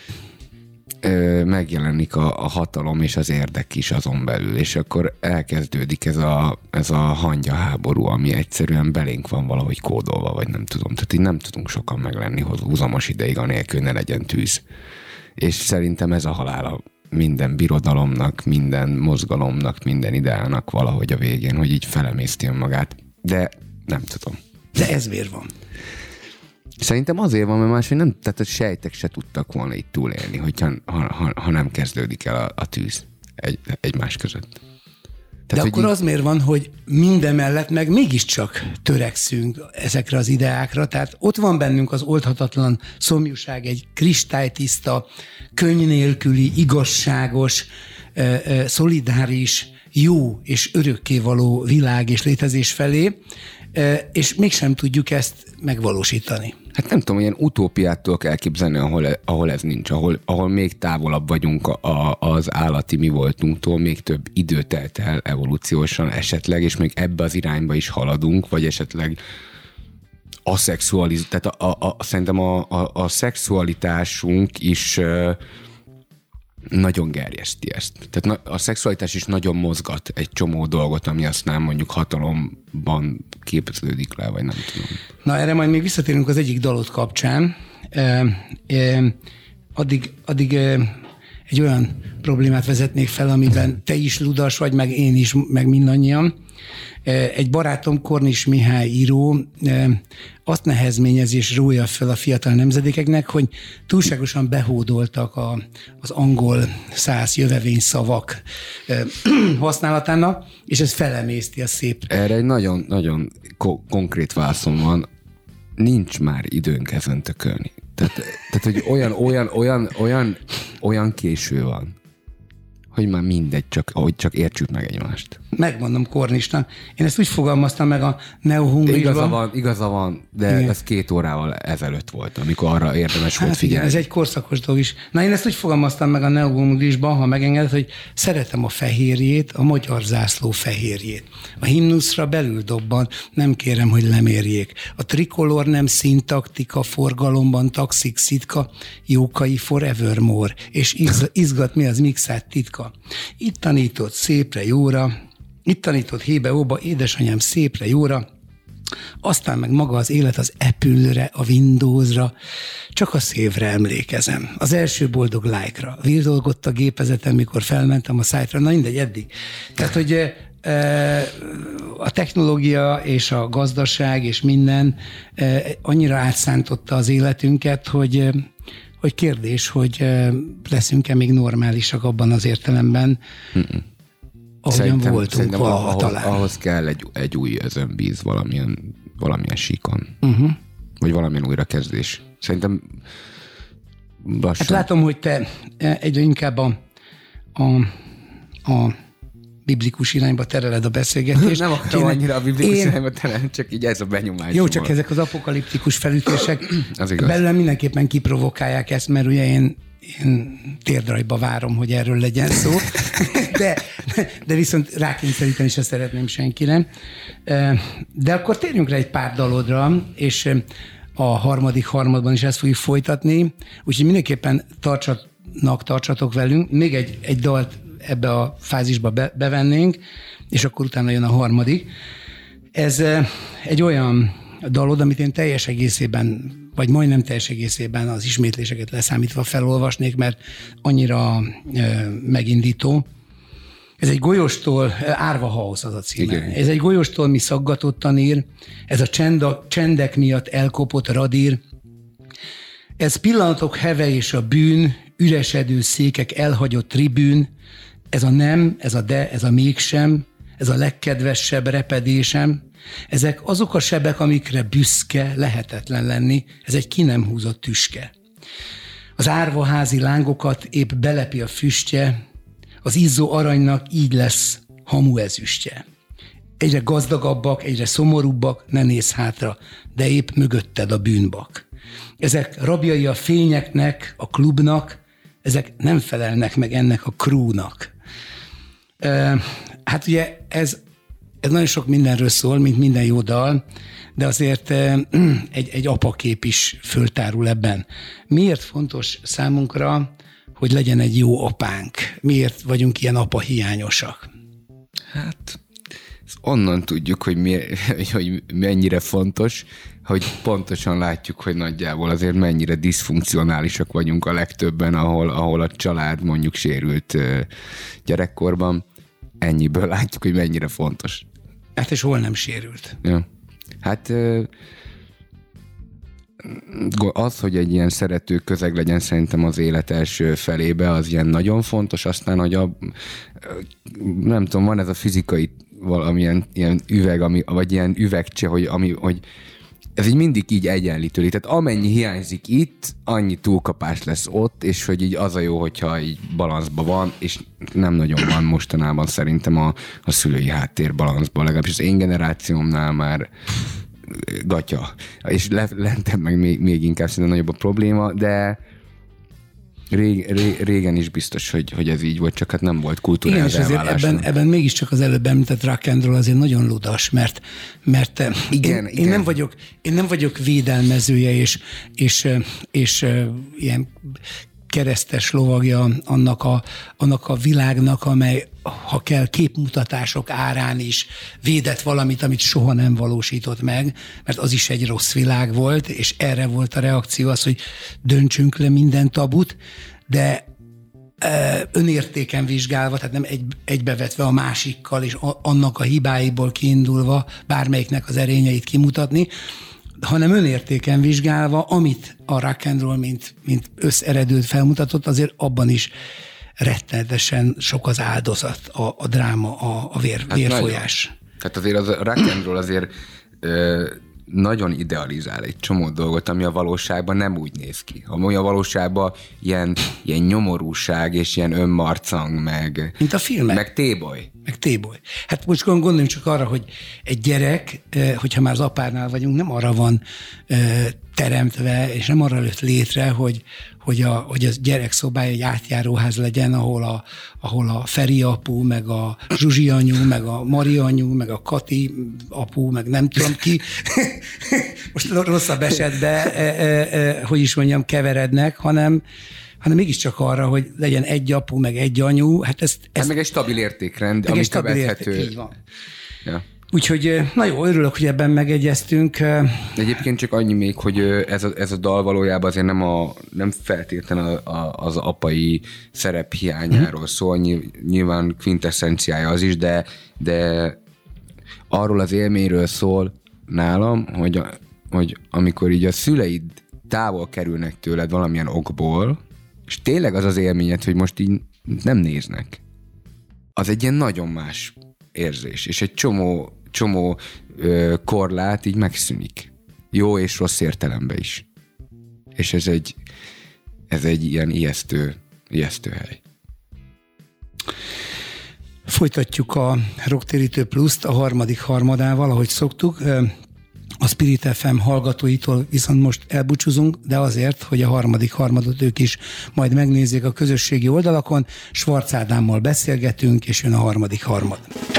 megjelenik a, a hatalom és az érdek is azon belül, és akkor elkezdődik ez a, ez a hangyaháború, ami egyszerűen belénk van valahogy kódolva, vagy nem tudom. Tehát így nem tudunk sokan meglenni húzamos ideig, anélkül ne legyen tűz. És szerintem ez a halála minden birodalomnak, minden mozgalomnak, minden ideának valahogy a végén, hogy így felemészti önmagát. De nem tudom. De ez miért van? Szerintem azért van, mert máshogy nem, tehát a sejtek se tudtak volna itt túlélni, hogyha, ha, ha, ha nem kezdődik el a, a tűz egy, egymás között. Tehát, de akkor így... az miért van, hogy mindemellett meg mégiscsak törekszünk ezekre az ideákra, tehát ott van bennünk az oldhatatlan szomjúság, egy kristálytiszta, könny nélküli, igazságos, szolidáris, jó és örökkévaló világ és létezés felé, és mégsem tudjuk ezt megvalósítani. Hát nem tudom, ilyen utópiát tudok elképzelni, ahol, ahol ez nincs, ahol, ahol még távolabb vagyunk a, a, az állati mi voltunktól, még több idő telt el evolúciósan esetleg, és még ebbe az irányba is haladunk, vagy esetleg aszexualiz... Tehát a, a, a, szerintem a, a, a szexualitásunk is nagyon gerjeszti ezt. Tehát a szexualitás is nagyon mozgat egy csomó dolgot, ami aztán mondjuk hatalomban képződik le, vagy nem tudom. Na erre majd még visszatérünk az egyik dalot kapcsán. E, e, addig, addig e, egy olyan problémát vezetnék fel, amiben te is ludas vagy, meg én is, meg mindannyian. Egy barátom, Kornis Mihály író, azt nehezményezi és rója fel a fiatal nemzedékeknek, hogy túlságosan behódoltak a, az angol száz jövevény szavak használatának, és ez felemészti a szép. Erre egy nagyon, nagyon ko- konkrét válaszom van, nincs már időnk ezen tökölni. Tehát, tehát hogy olyan, olyan, olyan, olyan, olyan késő van. hogy már mindegy, csak, hogy csak értsük meg egymást. Megmondom Kornisnak. Én ezt úgy fogalmaztam meg a neohunglisban. Igaza van, igaza van, de igen. Ez két órával ezelőtt volt, amikor arra érdemes hát volt figyelni. Igen, ez egy korszakos dolog is. Na én ezt úgy fogalmaztam meg a neohunglisban, ha megengeded, hogy szeretem a fehérjét, a magyar zászló fehérjét. A himnuszra belül dobban, nem kérem, hogy lemérjék. A trikolor nem színtaktika, forgalomban taxik szitka, jókai forevermore, és iz, izgat mi az mixát titka. Itt tanított szépre, jóra, itt tanított hébe-óba, édesanyám szépre, jóra, aztán meg maga az élet az Apple-re, a Windowsra, csak a szévre emlékezem. Az első boldog like-ra. Vildolgott a gépezetem, mikor felmentem a szájtra, na mindegy, eddig. Tehát, hogy a technológia és a gazdaság és minden annyira átszántotta az életünket, hogy hogy kérdés, hogy leszünk-e még normálisak abban az értelemben, Mm-mm. ahogyan szerintem, voltunk szerintem valaha ahhoz, talán. Ahhoz kell egy, egy új özönvíz valamilyen, valamilyen síkon. Uh-huh. Vagy valamilyen újrakezdés. Szerintem lassan. Hát látom, hogy te egyre inkább a, a, a biblikus irányba tereled a beszélgetést. Nem akarom annyira a biblikus én... irányba terelni, csak így ez a benyomás. Jó, csak ezek az apokaliptikus felütések az igaz. Belőle mindenképpen kiprovokálják ezt, mert ugye én, én térdrajba várom, hogy erről legyen szó, de, de viszont rákényszeríteni se szeretném senkire. De akkor térjünk rá egy pár dalodra, és a harmadik harmadban is ezt fogjuk folytatni, úgyhogy mindenképpen tartsanak, tartsatok velünk. Még egy, egy dalt ebbe a fázisba be, bevennénk, és akkor utána jön a harmadik. Ez egy olyan dalod, amit én teljes egészében, vagy majdnem teljes egészében az ismétléseket leszámítva felolvasnék, mert annyira e, megindító. Ez egy golyóstól, Árva House az a címe. Igen. Ez egy golyóstól mi szaggatottan ír, ez a csenda, csendek miatt elkopott radír, ez pillanatok heve és a bűn, üresedő székek elhagyott tribűn, ez a nem, ez a de, ez a mégsem, ez a legkedvesebb repedésem, ezek azok a sebek, amikre büszke, lehetetlen lenni, ez egy ki nem húzott tüske. Az árvaházi lángokat épp belepi a füstje, az izzó aranynak így lesz hamu ezüstje. Egyre gazdagabbak, egyre szomorúbbak, ne nézz hátra, de épp mögötted a bűnbak. Ezek rabjai a fényeknek, a klubnak, ezek nem felelnek meg ennek a crewnak. Hát ugye ez, ez nagyon sok mindenről szól, mint minden jó dal, de azért egy, egy apakép is föltárul ebben. Miért fontos számunkra, hogy legyen egy jó apánk? Miért vagyunk ilyen apa hiányosak? Hát onnan tudjuk, hogy, mi, hogy mennyire fontos, hogy pontosan látjuk, hogy nagyjából azért mennyire diszfunkcionálisak vagyunk a legtöbben, ahol, ahol a család mondjuk sérült gyerekkorban. Ennyiből látjuk, hogy mennyire fontos. Hát és hol nem sérült? Ja. Hát az, hogy egy ilyen szerető közeg legyen szerintem az élet első felébe, az ilyen nagyon fontos, aztán, hogy a, nem tudom, van ez a fizikai valamilyen ilyen üveg, ami, vagy ilyen üvegcse, hogy, ami, hogy ez így mindig így egyenlítődik. Tehát amennyi hiányzik itt, annyi túlkapás lesz ott, és hogy így az a jó, hogyha így balanszban van, és nem nagyon van mostanában szerintem a, a szülői háttér balanszban, legalábbis az én generációmnál már gatya. És le, lentem meg még, még inkább szerintem nagyobb a probléma, de Ré, ré, régen is biztos, hogy, hogy ez így volt, csak hát nem volt kulturális elválás. Igen, és azért ebben, ebben mégiscsak az előbb említett rock and roll azért nagyon ludas, mert, mert igen, én, igen. Én, nem vagyok, én nem vagyok védelmezője, és, és, és, és ilyen keresztes lovagja annak a, annak a világnak, amely, ha kell, képmutatások árán is védett valamit, amit soha nem valósított meg, mert az is egy rossz világ volt, és erre volt a reakció az, hogy döntsünk le minden tabut, de önértéken vizsgálva, tehát nem egy, egybevetve a másikkal, és annak a hibáiból kiindulva bármelyiknek az erényeit kimutatni, hanem önértéken vizsgálva, amit a rock and roll, mint, mint összeredőt felmutatott, azért abban is rettenetesen sok az áldozat, a, a dráma, a, a vér, hát vérfolyás. Nagyon. Tehát azért az a rock and roll azért ö, nagyon idealizál egy csomó dolgot, ami a valóságban nem úgy néz ki. Ami a valóságban ilyen, ilyen nyomorúság és ilyen önmarcang, meg... Mint a filmek. Meg téboly. Meg téboly. Hát most gondoljunk csak arra, hogy egy gyerek, hogyha már az apánál vagyunk, nem arra van teremtve, és nem arra lőtt létre, hogy, hogy, a, hogy az gyerek szobája egy átjáróház legyen, ahol a, ahol a Feri apu, meg a Zsuzsi anyu, meg a Mari anyu, meg a Kati apu, meg nem tudom ki. Most rosszabb esetben, hogy is mondjam, keverednek, hanem hanem mégiscsak arra, hogy legyen egy apu, meg egy anyu. Hát ezt, ezt hát meg egy stabil értékrend, meg ami egy stabil követhető. Érték, így van. Ja. Úgyhogy na jó, örülök, hogy ebben megegyeztünk. Egyébként csak annyi még, hogy ez a, ez a dal valójában azért nem, a, nem feltétlenül az apai szerep hiányáról szól, nyilván quintesszenciája az is, de, de arról az élményről szól nálam, hogy, hogy amikor így a szüleid távol kerülnek tőled valamilyen okból, és tényleg az az élményed, hogy most így nem néznek. Az egy ilyen nagyon más érzés, és egy csomó, csomó ö, korlát így megszűnik. Jó és rossz értelemben is. És ez egy, ez egy ilyen ijesztő, ijesztő hely. Folytatjuk a Rocktérítő Pluszt a harmadik harmadával, ahogy szoktuk. A Spirit ef em hallgatóitól viszont most elbúcsúzunk, de azért, hogy a harmadik harmadot ők is majd megnézzék a közösségi oldalakon. Schwarz Ádámmal beszélgetünk, és jön a harmadik harmad.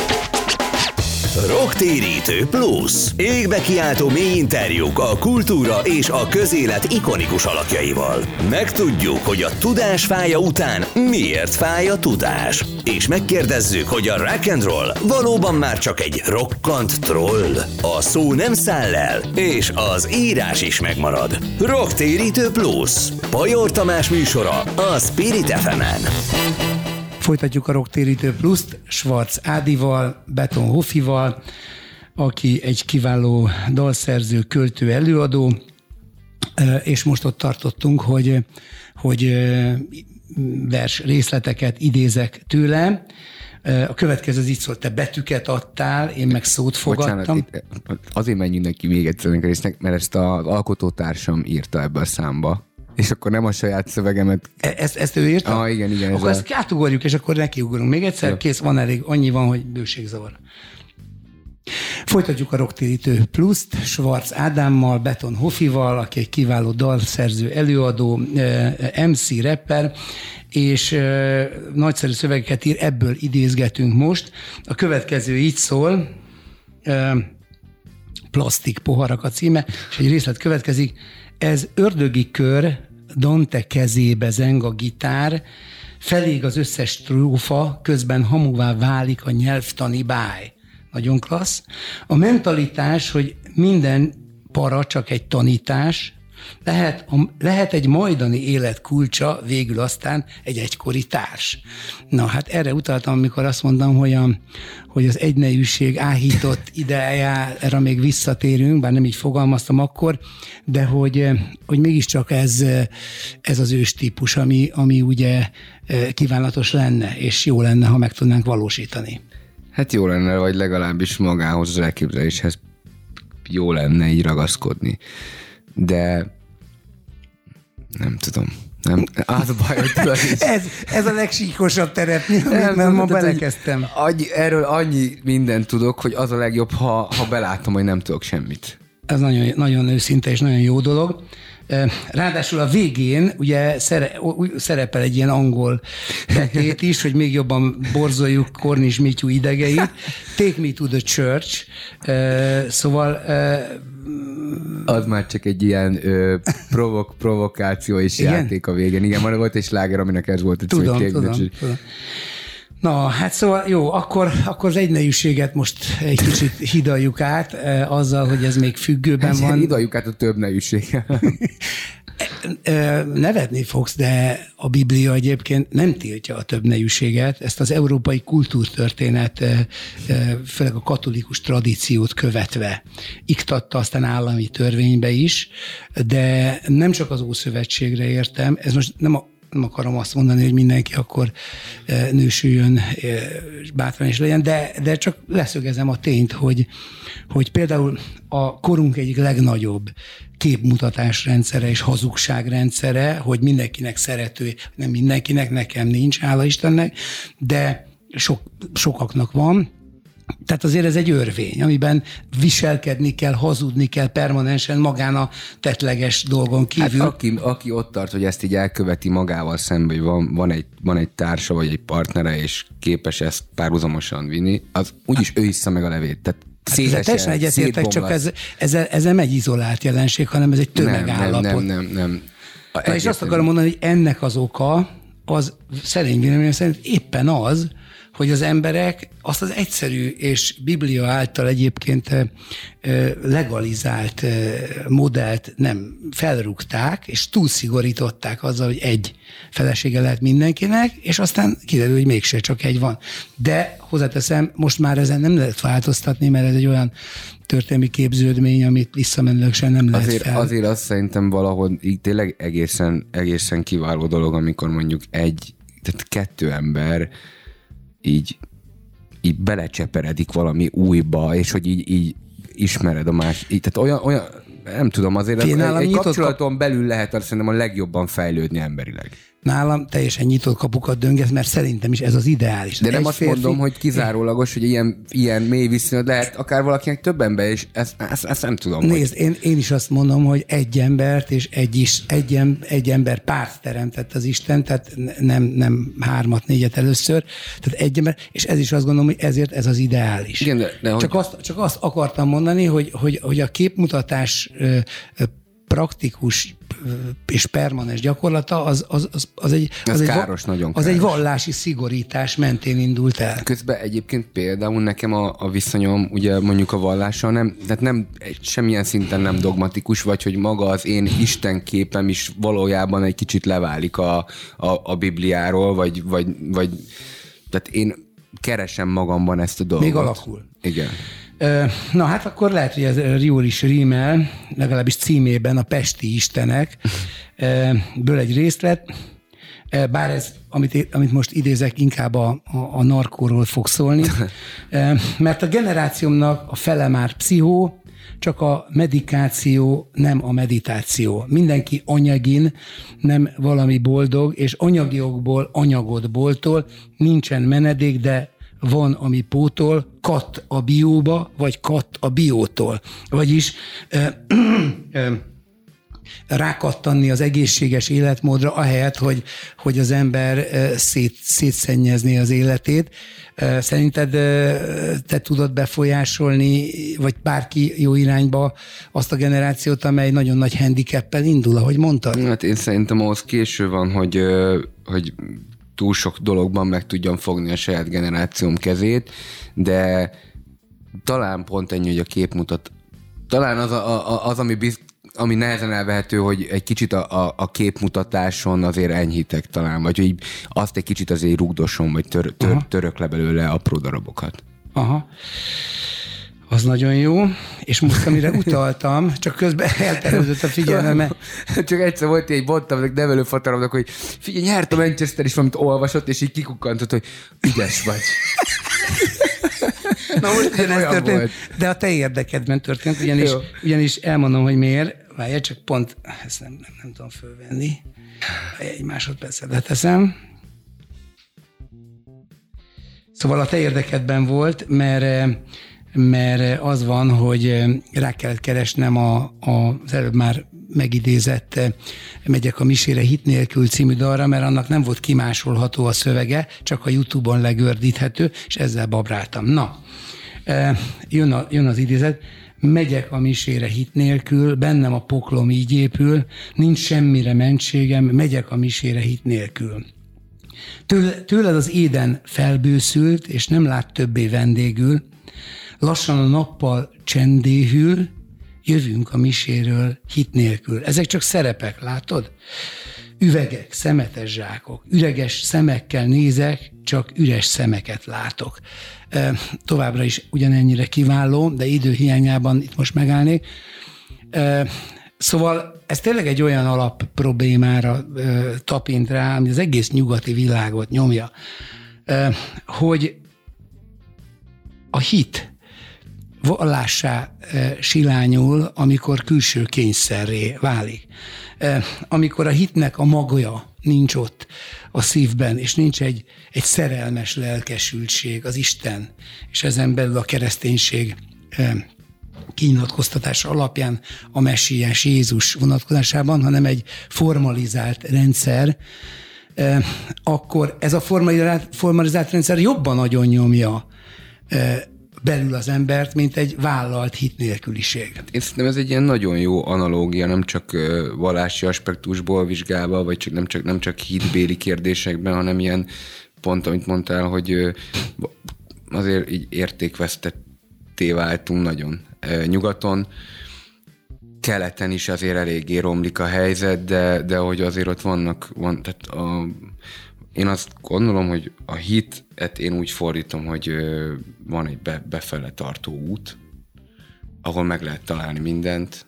Rocktérítő Plusz. Égbe kiáltó mély interjúk a kultúra és a közélet ikonikus alakjaival. Megtudjuk, hogy a tudás fája után miért fáj a tudás. És megkérdezzük, hogy a rock and roll valóban már csak egy rokkant troll. A szó nem száll el, és az írás is megmarad. Rocktérítő Plusz. Pajor Tamás műsora a Spirit ef emen. Folytatjuk a Rocktérítő Pluszt Schwarz Ádival, Beton Hoffival, aki egy kiváló dalszerző, költő, előadó, és most ott tartottunk, hogy, hogy vers részleteket idézek tőle. A következő az így szólt, te betűket adtál, én meg szót fogadtam. Bocsánat, azért menjünk neki még egyszer a résznek, mert ezt az alkotótársam írta ebbe a számba. És akkor nem a saját szövegemet... E- ezt, ezt ő írta? Ah, igen, igen. Akkor ez ezt a... átugorjuk, és akkor nekiugorunk. Még egyszer, jó. Kész, van elég, annyi van, hogy bőségzavar. Folytatjuk a Rocktérítő Pluszt Schwarz Ádámmal, Beton Hoffival, aki egy kiváló dalszerző, előadó, em cé, rapper, és nagyszerű szövegeket ír, ebből idézgetünk most. A következő így szól, Plastik poharak a címe, és egy részlet következik. Ez ördögi kör, Dante kezébe zeng a gitár, felég az összes strófa, közben hamuvá válik a nyelvtani báj. Nagyon klassz. A mentalitás, hogy minden para csak egy tanítás, lehet, a, lehet egy majdani élet kulcsa, végül aztán egy egykori társ. Na, hát erre utaltam, amikor azt mondtam, hogy, a, hogy az egynejűség áhított idejára még visszatérünk, bár nem így fogalmaztam akkor, de hogy, hogy mégiscsak ez, ez az ős típus, ami, ami ugye kívánatos lenne, és jó lenne, ha meg tudnánk valósítani. Hát jó lenne, vagy legalábbis magához az elképzeléshez jó lenne így ragaszkodni. De nem tudom. Nem, az a baj, hogy tudod, ez, ez a legsíkosabb terep, amit nem, ma belekezdtem. Annyi, erről annyi mindent tudok, hogy az a legjobb, ha, ha belátom, hogy nem tudok semmit. Ez nagyon, nagyon őszinte és nagyon jó dolog. Ráadásul a végén ugye szerepel egy ilyen angol betét is, hogy még jobban borzoljuk Kornis Mityu idegeit. Take me to the church. Szóval... Az már csak egy ilyen ö, provok, provokáció és igen? játék a végén. Igen, már volt egy sláger, aminek ez volt. Tudom, tudom, tudom, tudom. Na, hát szóval jó, akkor, akkor az egynejűséget most egy kicsit hidaljuk át, eh, azzal, hogy ez még függőben van. Hidaljuk át a több nejűséggel. Nevetni fogsz, de a Biblia egyébként nem tiltja a több nejűséget. Ezt az európai kultúrtörténet, főleg a katolikus tradíciót követve iktatta aztán állami törvénybe is, de nem csak az Ószövetségre értem, ez most nem a nem akarom azt mondani, hogy mindenki akkor nősüljön, bátran is legyen, de, de csak leszögezem a tényt, hogy, hogy például a korunk egyik legnagyobb képmutatás rendszere és hazugság rendszere, hogy mindenkinek szerető, nem mindenkinek, nekem nincs, hála Istennek, de sok, sokaknak van. Tehát azért ez egy örvény, amiben viselkedni kell, hazudni kell permanensen magán a tettleges dolgon kívül. Hát aki, aki ott tart, hogy ezt így elköveti magával szemben, hogy van, van, egy, van egy társa vagy egy partnere, és képes ezt párhuzamosan vinni, az úgyis ő hiszem meg a levét. Tehát Hát teljesen egyetértek, csak ez, ez, ez nem egy izolált jelenség, hanem ez egy tömegállapot. Nem, nem, nem. nem. Na és azt akarom mondani, hogy ennek az oka, az szerény véleményem szerint éppen az, hogy az emberek azt az egyszerű és Biblia által egyébként legalizált modellt nem felrúgták, és túlszigorították azzal, hogy egy felesége lehet mindenkinek, és aztán kiderül, hogy mégse csak egy van. De hozzáteszem, most már ezen nem lehet változtatni, mert ez egy olyan történelmi képződmény, amit visszamenőleg sem nem lehet azért, fel. Azért azt szerintem valahol így tényleg egészen, egészen kiváló dolog, amikor mondjuk egy, tehát kettő ember így, így belecseperedik valami újba, és hogy így, így ismered a más. Így, tehát olyan, olyan, nem tudom, azért Fé, egy, egy kapcsolaton kap... belül lehet szerintem a legjobban fejlődni emberileg. Nálam teljesen nyitott kapukat döngesz, mert szerintem is ez az ideális. De nem egy azt férfi... mondom, hogy kizárólagos, hogy ilyen, ilyen mély viszonyod lehet akár valakinek több ember, és ezt, ezt, ezt nem tudom. Nézd, hogy... én, én is azt mondom, hogy egy embert és egy, is, egy, em, egy ember párt teremtett az Isten, tehát nem, nem hármat, négyet először, tehát egy ember, és ez is azt gondolom, hogy ezért ez az ideális. Igen, de, de csak, hogy... azt, csak azt akartam mondani, hogy, hogy, hogy a képmutatás ö, ö, praktikus és permanens gyakorlata, az, az, az, az, egy, az, egy, káros, nagyon az káros. egy vallási szigorítás mentén indult el. Közben egyébként például nekem a, a viszonyom, ugye mondjuk a vallással nem, tehát nem, semmilyen szinten nem dogmatikus, vagy hogy maga az én istenképem is valójában egy kicsit leválik a, a, a Bibliáról, vagy, vagy, vagy tehát én keresem magamban ezt a dolgot. Még alakul. Igen. Na hát akkor lehet, hogy ez jól is rímel, legalábbis címében a pesti istenek ből egy részlet, bár ez, amit, amit most idézek, inkább a, a, a narkóról fog szólni, mert a generációmnak a fele már pszichó, csak a medikáció nem a meditáció. Mindenki anyagin, nem valami boldog, és anyagi okból anyagot boltol, nincsen menedék, de van, ami pótol, katt a bióba, vagy katt a biótól. Vagyis ö, ö, rákattanni az egészséges életmódra, ahelyett, hogy, hogy az ember szét, szétszennyezné az életét. Szerinted te tudod befolyásolni, vagy bárki jó irányba azt a generációt, amely nagyon nagy handicappel indul, ahogy mondtad? Hát én szerintem ahhoz késő van, hogy, hogy túl sok dologban meg tudjam fogni a saját generációm kezét, de talán pont ennyi, hogy a kép mutat. Talán az, a, a, az ami, biz, ami nehezen elvehető, hogy egy kicsit a, a, a képmutatáson azért enyhítek talán, vagy hogy azt egy kicsit azért rugdosom, vagy tör, tör, török le belőle apró darabokat. Aha. Az nagyon jó, és most amire utaltam, csak közben elterülődött a figyelmeme. Csak egyszer volt egy bontam nevelő fataromnak, hogy figyelj, nyert a Manchester is valamit olvasott, és így kikukkantott, hogy ügyes vagy. Na most ez történt, volt. De a te érdekedben történt, ugyanis, ugyanis elmondom, hogy miért. Várjál, csak pont, ezt nem, nem, nem tudom fölvenni. Egy másodpercet leteszem. Szóval a te érdekedben volt, mert mert az van, hogy rá kellett keresnem a, a, az előbb már megidézett Megyek a misére hit nélkül című dalra, mert annak nem volt kimásolható a szövege, csak a YouTube-on legördíthető, és ezzel babráltam. Na, jön, a, jön az idézet. Megyek a misére hit nélkül, bennem a poklom így épül, nincs semmire mentségem, megyek a misére hit nélkül. Tőled az éden felbőszült, és nem lát többé vendégül, lassan a nappal csendéhűl, jövünk a miséről hit nélkül. Ezek csak szerepek, látod? Üvegek, szemetes zsákok, üreges szemekkel nézek, csak üres szemeket látok. E, továbbra is ugyanennyire kiváló, de idő hiányában itt most megállnék. E, Szóval ez tényleg egy olyan alap problémára ö, tapint rá, ami az egész nyugati világot nyomja, ö, hogy a hit vallássá ö, silányul, amikor külső kényszerré válik. Ö, amikor a hitnek a magja nincs ott a szívben, és nincs egy, egy szerelmes lelkesültség az Isten, és ezen belül a kereszténység ö, kinyilatkoztatása alapján a messiás Jézus vonatkozásában, hanem egy formalizált rendszer, akkor ez a formalizált, formalizált rendszer jobban nagyon nyomja belül az embert, mint egy vállalt hit nélküliség. Én szerintem ez egy ilyen nagyon jó analógia, nem csak vallási aspektusból vizsgálva, vagy csak, nem, csak, nem csak hitbéli kérdésekben, hanem ilyen pont, amit mondtál, hogy azért így értékvesztetté váltunk nagyon nyugaton. Keleten is azért eléggé romlik a helyzet, de, de hogy azért ott vannak, van, tehát a, én azt gondolom, hogy a hitet én úgy fordítom, hogy van egy be, befele tartó út, ahol meg lehet találni mindent,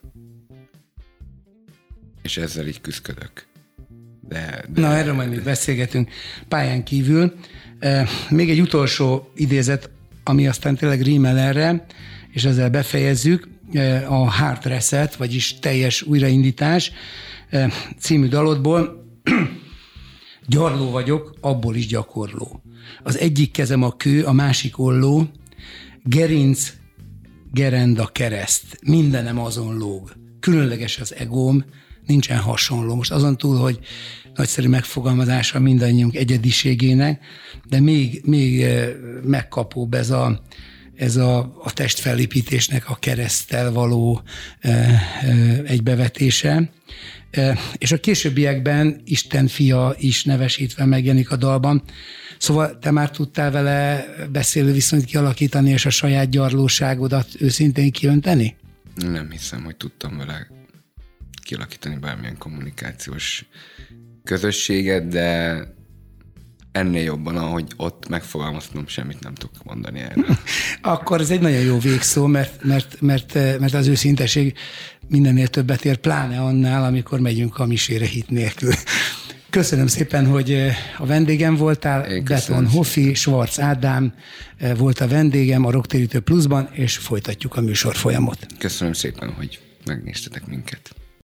és ezzel így küzdök. De, de... Na, erről majd még beszélgetünk pályán kívül. Még egy utolsó idézet, ami aztán tényleg rímel erre, és ezzel befejezzük, a Hard Reset, vagyis teljes újraindítás című dalodból. Gyarló vagyok, abból is gyakorló. Az egyik kezem a kő, a másik olló, gerinc, gerenda, kereszt, mindenem azon lóg. Különleges az egóm, nincsen hasonló. Most azon túl, hogy nagyszerű megfogalmazása mindannyiunk egyediségének, de még, még megkapóbb ez a ez a, a testfelépítésnek a kereszttel való e, e, egybevetése. E, és a későbbiekben Isten fia is nevesítve megjelenik a dalban. Szóval te már tudtál vele beszélő viszonyt kialakítani, és a saját gyarlóságodat őszintén kiönteni? Nem hiszem, hogy tudtam vele kialakítani bármilyen kommunikációs közösséget, de ennél jobban, ahogy ott megfogalmaztam, semmit nem tudok mondani erről. Akkor ez egy nagyon jó végszó, mert, mert, mert, mert az őszinteség mindennél többet ér, pláne annál, amikor megyünk a misére hit nélkül. Köszönöm szépen, hogy a vendégem voltál. Beton Hofi, Schwarz Ádám volt a vendégem a Rocktérítő Pluszban, és folytatjuk a műsor folyamot. Köszönöm szépen, hogy megnéztetek minket.